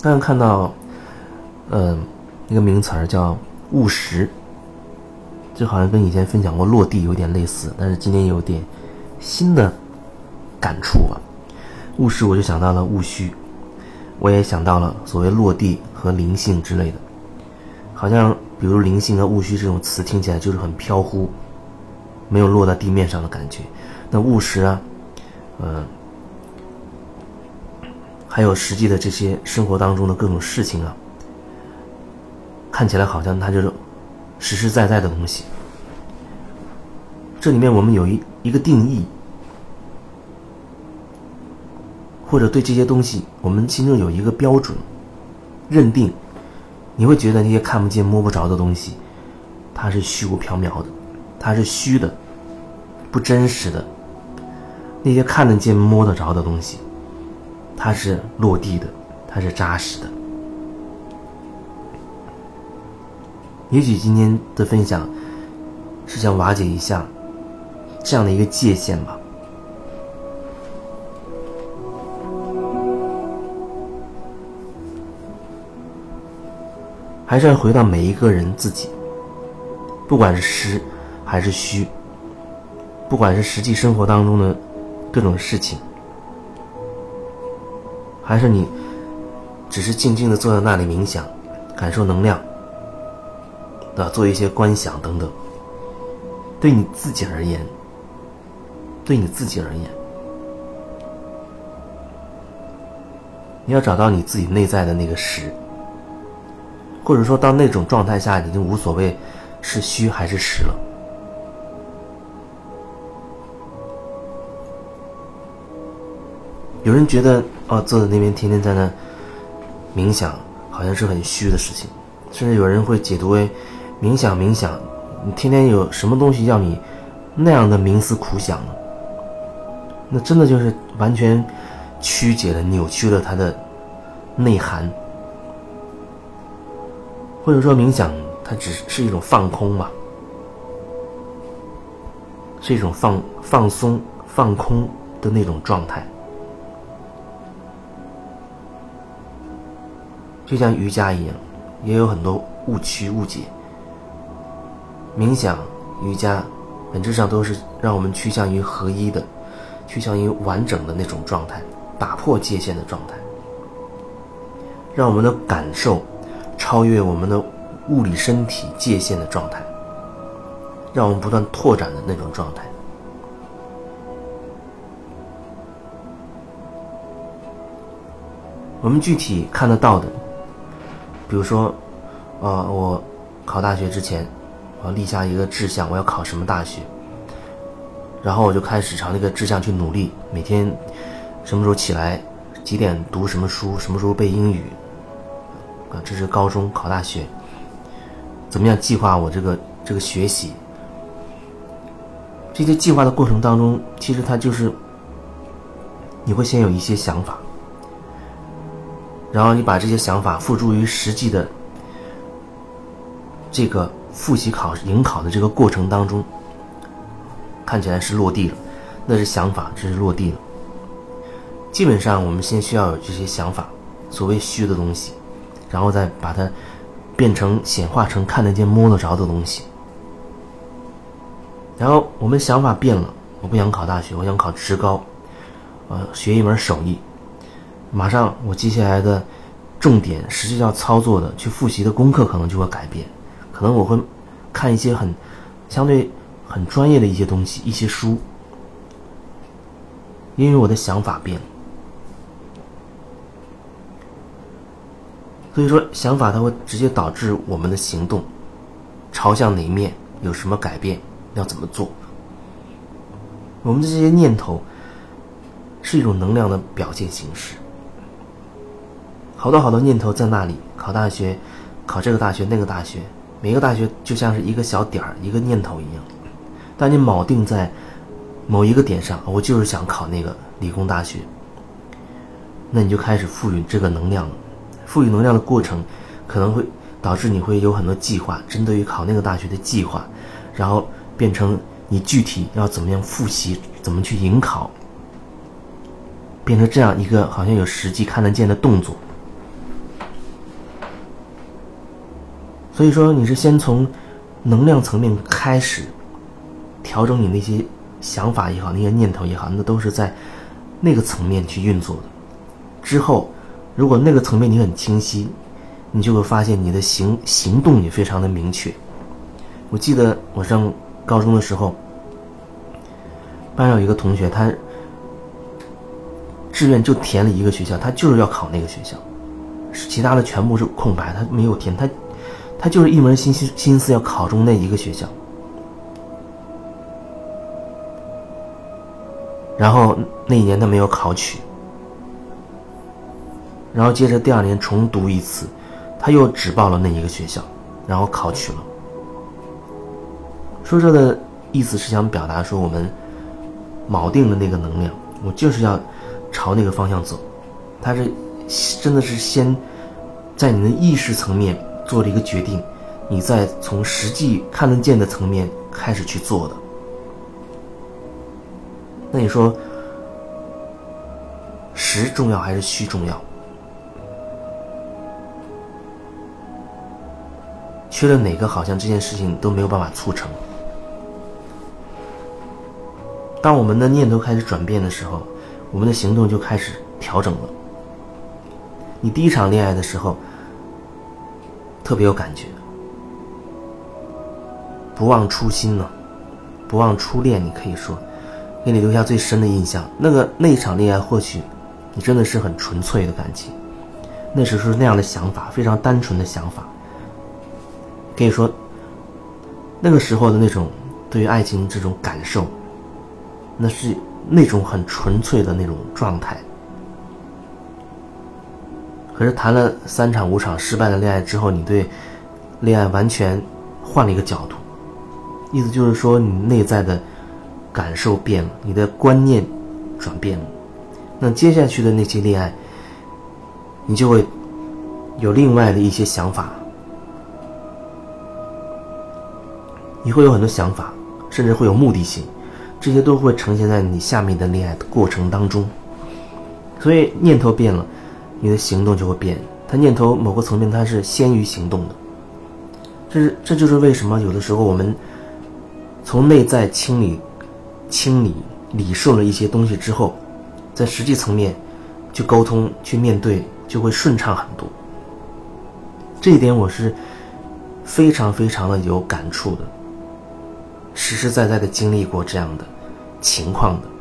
刚刚看到一个名词儿叫务实，这好像跟以前分享过落地有点类似，但是今天有点新的感触啊。务实我就想到了务虚，我也想到了所谓落地和灵性之类的，好像比如灵性和务虚这种词听起来就是很飘忽，没有落到地面上的感觉。那务实啊，还有实际的这些生活当中的各种事情啊，看起来好像它就是实实在在的东西。这里面我们有一个定义，或者对这些东西我们心中有一个标准认定，你会觉得那些看不见摸不着的东西它是虚无缥缈的，它是虚的，不真实的。那些看得见摸得着的东西它是落地的，它是扎实的。也许今天的分享是想瓦解一下这样的一个界限吧。还是要回到每一个人自己，不管是实还是虚，不管是实际生活当中的各种事情，还是你只是静静地坐在那里冥想，感受能量，做一些观想等等，对你自己而言，你要找到你自己内在的那个实，或者说到那种状态下你就无所谓是虚还是实了。有人觉得坐在那边天天在那冥想好像是很虚的事情，甚至有人会解读为冥想，你天天有什么东西要你那样的冥思苦想呢？那真的就是完全曲解了扭曲了它的内涵。或者说冥想它只是一种放空吧，是一种放松放空的那种状态。就像瑜伽一样，也有很多误区误解。冥想瑜伽本质上都是让我们趋向于合一的，趋向于完整的那种状态，打破界限的状态，让我们的感受超越我们的物理身体界限的状态，让我们不断拓展的那种状态。我们具体看得到的，比如说我考大学之前我立下一个志向，我要考什么大学，然后我就开始朝那个志向去努力，每天什么时候起来，几点读什么书，什么时候背英语，这是高中考大学，怎么样计划我这个学习。这些计划的过程当中，其实它就是你会先有一些想法，然后你把这些想法付诸于实际的这个复习迎考的这个过程当中，看起来是落地了，那是想法，这是落地了。基本上我们先需要有这些想法，所谓虚的东西，然后再把它变成显化成看得见摸得着的东西。然后我们想法变了，我不想考大学，我想考职高，学一门手艺，马上我接下来的重点实际要操作的去复习的功课可能就会改变，可能我会看一些相对很专业的一些东西，一些书，因为我的想法变了。所以说想法它会直接导致我们的行动朝向哪一面，有什么改变，要怎么做。我们的这些念头是一种能量的表现形式，好多念头在那里，考大学，考这个大学那个大学，每个大学就像是一个小点儿，一个念头一样。当你铆定在某一个点上，我就是想考那个理工大学，那你就开始赋予这个能量了。赋予能量的过程可能会导致你会有很多计划，针对于考那个大学的计划，然后变成你具体要怎么样复习，怎么去迎考，变成这样一个好像有实际看得见的动作。 所以说你是先从能量层面开始调整你那些想法也好，那些念头也好，那都是在那个层面去运作的。之后如果那个层面你很清晰，你就会发现你的行动也非常的明确。我记得我上高中的时候，班上有一个同学，他志愿就填了一个学校，他就是要考那个学校，其他的全部是空白，他没有填，他就是一门心思要考中那一个学校。然后那一年他没有考取，然后接着第2年重读一次，他又只报了那一个学校，然后考取了。说这的意思是想表达说，我们锚定的那个能量，我就是要朝那个方向走。他是真的是先在你的意识层面做了一个决定，你再从实际看得见的层面开始去做的。那你说实重要还是虚重要？缺了哪个，好像这件事情都没有办法促成。当我们的念头开始转变的时候，我们的行动就开始调整了。你第一场恋爱的时候特别有感觉，不忘初心呢，不忘初恋，你可以说给你留下最深的印象。那一场恋爱，或许你真的是很纯粹的感情，那时候是那样的想法，非常单纯的想法。可以说那个时候的那种对于爱情这种感受，那是那种很纯粹的那种状态。可是谈了3场5场失败的恋爱之后，你对恋爱完全换了一个角度，意思就是说你内在的感受变了，你的观念转变了。那接下去的那些恋爱，你就会有另外的一些想法，你会有很多想法，甚至会有目的性，这些都会呈现在你下面的恋爱的过程当中。所以念头变了，你的行动就会变。它念头某个层面它是先于行动的，这就是为什么有的时候我们从内在清理理顺了一些东西之后，在实际层面去沟通去面对，就会顺畅很多。这一点我是非常非常的有感触的，实实在在的经历过这样的情况的。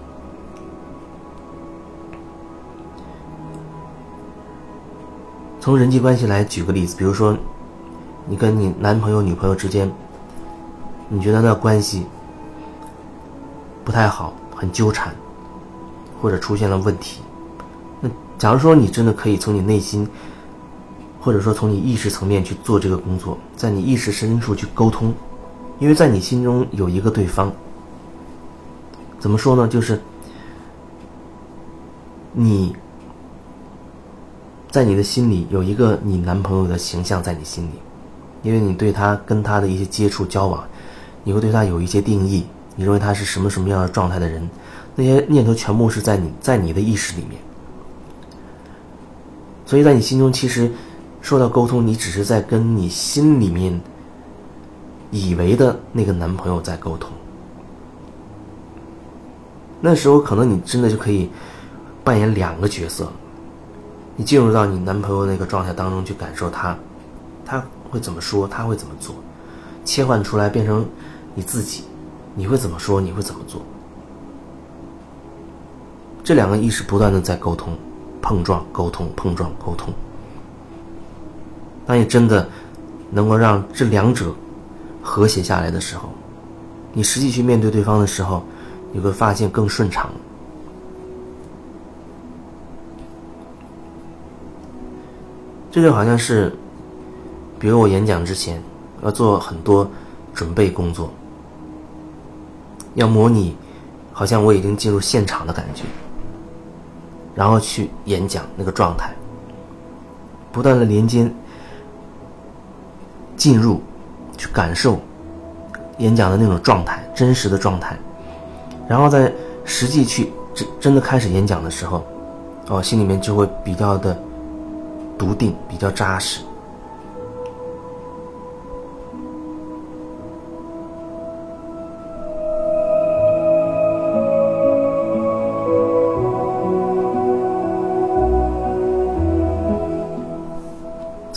从人际关系来举个例子，比如说你跟你男朋友女朋友之间，你觉得那关系不太好，很纠缠，或者出现了问题，那假如说你真的可以从你内心，或者说从你意识层面去做这个工作，在你意识深处去沟通，因为在你心中有一个对方。怎么说呢，就是你在你的心里有一个你男朋友的形象在你心里，因为你对他跟他的一些接触交往，你会对他有一些定义，你认为他是什么什么样的状态的人，那些念头全部是在你的意识里面。所以在你心中其实说到沟通，你只是在跟你心里面以为的那个男朋友在沟通。那时候可能你真的就可以扮演2个角色，你进入到你男朋友那个状态当中去感受他会怎么说，他会怎么做，切换出来变成你自己，你会怎么说，你会怎么做。这2个意识不断的在沟通碰撞，沟通碰撞沟通。当你真的能够让这2者和谐下来的时候，你实际去面对对方的时候，你会发现更顺畅。这就好像是比如我演讲之前要做很多准备工作，要模拟好像我已经进入现场的感觉，然后去演讲那个状态，不断的连接进入，去感受演讲的那种状态，真实的状态，然后在实际去真的开始演讲的时候，心里面就会比较的笃定，比较扎实。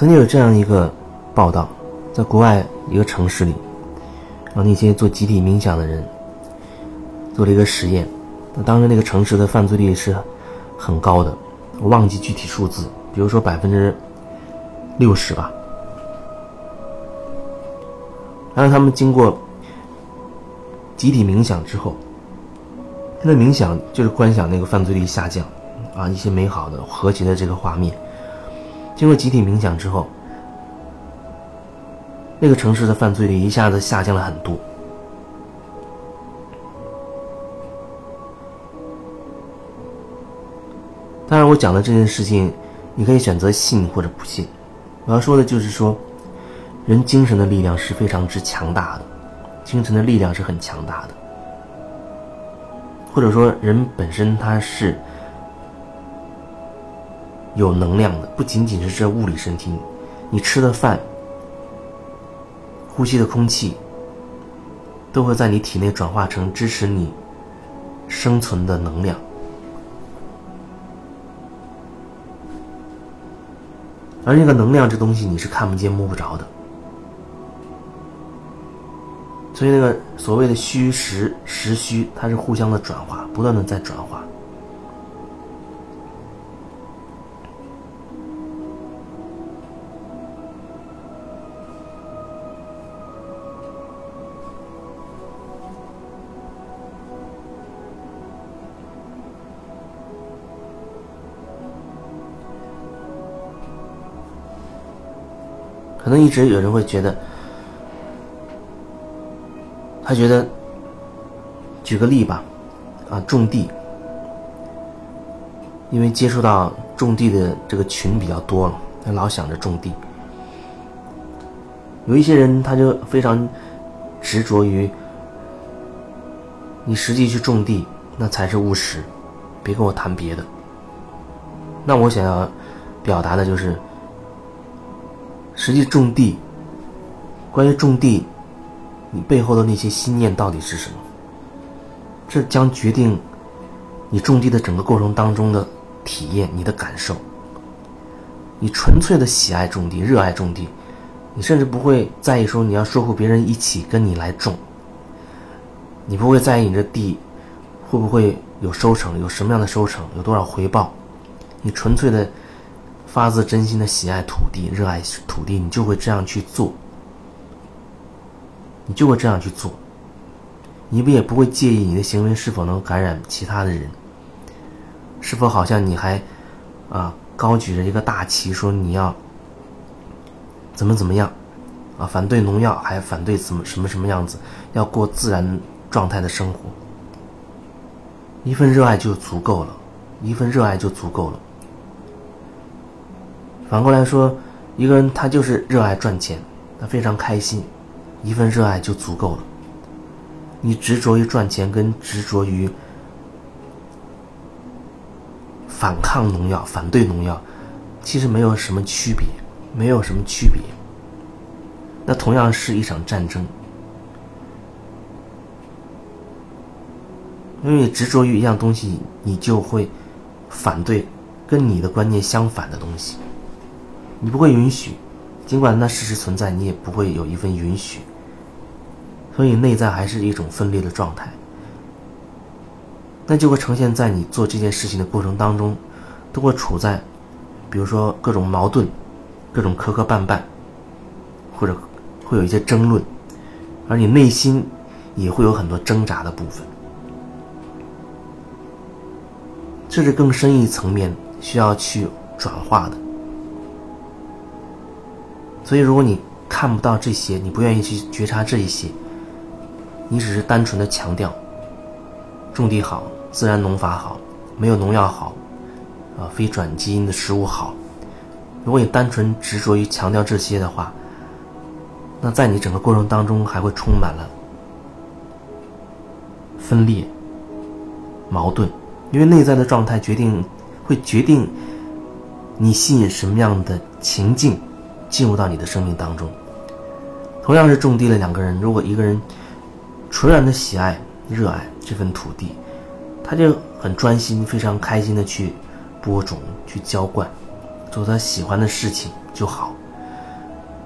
曾经有这样一个报道，在国外一个城市里，那些做集体冥想的人做了一个实验。当时那个城市的犯罪率是很高的，我忘记具体数字，比如说60%吧。然后他们经过集体冥想之后，那冥想就是观想那个犯罪率下降啊，一些美好的和谐的这个画面。经过集体冥想之后，那个城市的犯罪率一下子下降了很多。当然我讲的这件事情你可以选择信或者不信，我要说的就是说，人精神的力量是非常之强大的，精神的力量是很强大的，或者说人本身他是有能量的，不仅仅是这物理身体，你吃的饭、呼吸的空气都会在你体内转化成支持你生存的能量。而那个能量这东西你是看不见摸不着的，所以那个所谓的虚实实虚，它是互相的转化，不断的在转化。可能一直有人会觉得，他觉得，举个例吧，种地，因为接触到种地的这个群比较多了，他老想着种地。有一些人他就非常执着于，你实际去种地，那才是务实，别跟我谈别的。那我想要表达的就是，实际种地，关于种地，你背后的那些心念到底是什么？这将决定你种地的整个过程当中的体验，你的感受。你纯粹的喜爱种地，热爱种地，你甚至不会在意说你要说服别人一起跟你来种，你不会在意你的地会不会有收成，有什么样的收成，有多少回报。你纯粹的发自真心的喜爱土地，热爱土地，你就会这样去做，你就会这样去做，你也不会介意你的行为是否能感染其他的人，是否好像你还高举着一个大旗说你要怎么样反对农药，还反对什么样子，要过自然状态的生活。一份热爱就足够了，一份热爱就足够了。反过来说，一个人他就是热爱赚钱，他非常开心，一份热爱就足够了。你执着于赚钱跟执着于反抗农药、反对农药，其实没有什么区别，没有什么区别。那同样是一场战争，因为你执着于一样东西，你就会反对跟你的观念相反的东西，你不会允许，尽管那事实存在，你也不会有一份允许，所以内在还是一种分裂的状态。那就会呈现在你做这件事情的过程当中，都会处在比如说各种矛盾，各种磕磕绊绊，或者会有一些争论，而你内心也会有很多挣扎的部分。这是更深一层面需要去转化的。所以如果你看不到这些，你不愿意去觉察这一些，你只是单纯的强调种地好，自然农法好，没有农药好，非转基因的食物好，如果你单纯执着于强调这些的话，那在你整个过程当中还会充满了分裂、矛盾，因为内在的状态会决定你吸引什么样的情境进入到你的生命当中。同样是种地的两个人，如果一个人纯然的喜爱、热爱这份土地，他就很专心、非常开心的去播种、去浇灌，做他喜欢的事情就好。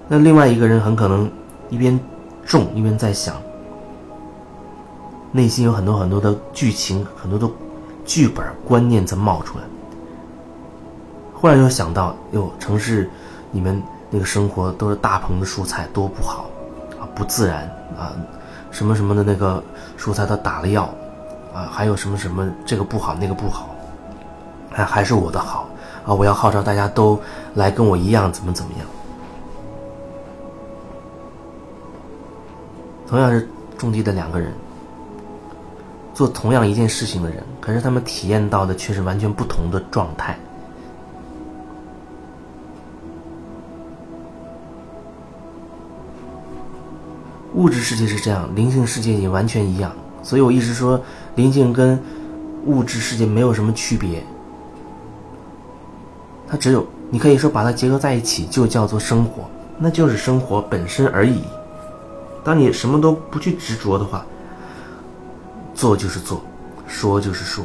那另外一个人很可能一边种一边在想，内心有很多很多的剧情，很多的剧本观念在冒出来。忽然又想到，城市你们那个生活都是大棚的蔬菜，多不好啊，不自然啊，什么什么的那个蔬菜都打了药啊，还有什么什么这个不好那个不好，还是我的好啊！我要号召大家都来跟我一样，怎么样。同样是种地的两个人，做同样一件事情的人，可是他们体验到的却是完全不同的状态。物质世界是这样，灵性世界也完全一样。所以我一直说，灵性跟物质世界没有什么区别，它只有，你可以说把它结合在一起，就叫做生活，那就是生活本身而已。当你什么都不去执着的话，做就是做，说就是说，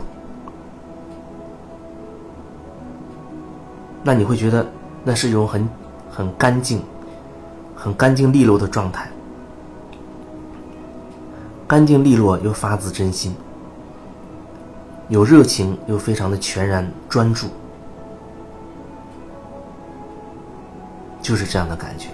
那你会觉得那是一种很干净、很干净利落的状态，干净利落又发自真心，有热情又非常的全然专注，就是这样的感觉。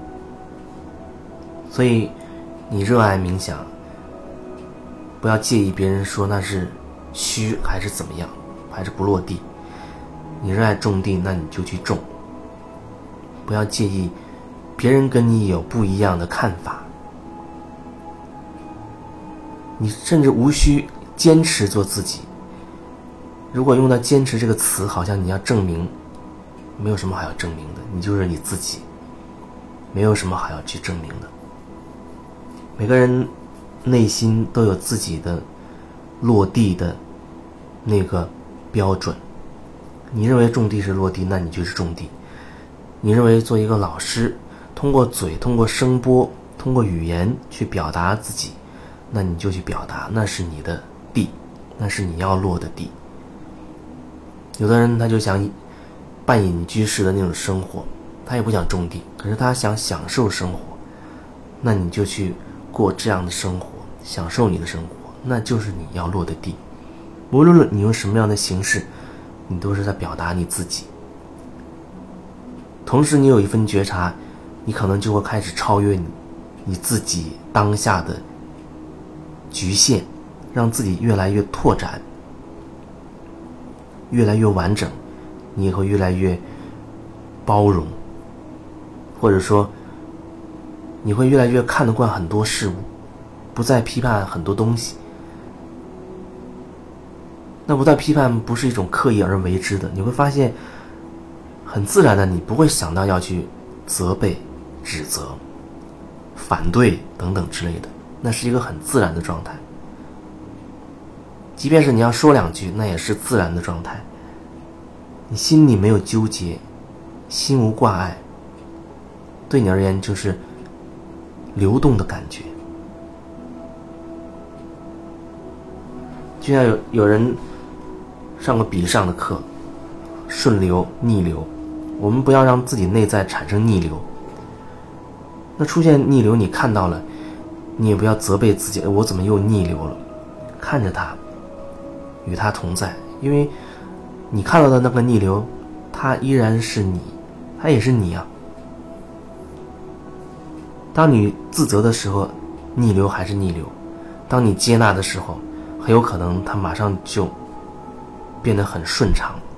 所以你热爱冥想，不要介意别人说那是虚还是怎么样，还是不落地。你热爱种地，那你就去种，不要介意别人跟你有不一样的看法。你甚至无需坚持做自己。如果用到坚持这个词，好像你要证明，没有什么好要证明的，你就是你自己，没有什么好要去证明的。每个人内心都有自己的落地的那个标准。你认为种地是落地，那你就是种地。你认为做一个老师，通过嘴，通过声波，通过语言去表达自己，那你就去表达，那是你的地，那是你要落的地。有的人他就想半隐居式的那种生活，他也不想种地，可是他想享受生活，那你就去过这样的生活，享受你的生活，那就是你要落的地。无论你用什么样的形式，你都是在表达你自己。同时你有一份觉察，你可能就会开始超越你自己当下的局限，让自己越来越拓展，越来越完整，你也会越来越包容，或者说你会越来越看得惯很多事物，不再批判很多东西。那不再批判不是一种刻意而为之的，你会发现很自然的，你不会想到要去责备、指责、反对等等之类的，那是一个很自然的状态。即便是你要说两句，那也是自然的状态。你心里没有纠结，心无挂碍，对你而言就是流动的感觉。就像有人上过笔上的课，顺流逆流，我们不要让自己内在产生逆流。那出现逆流你看到了，你也不要责备自己，我怎么又逆流了，看着它，与它同在。因为你看到的那个逆流，它依然是你，它也是你啊。当你自责的时候，逆流还是逆流；当你接纳的时候，很有可能它马上就变得很顺畅。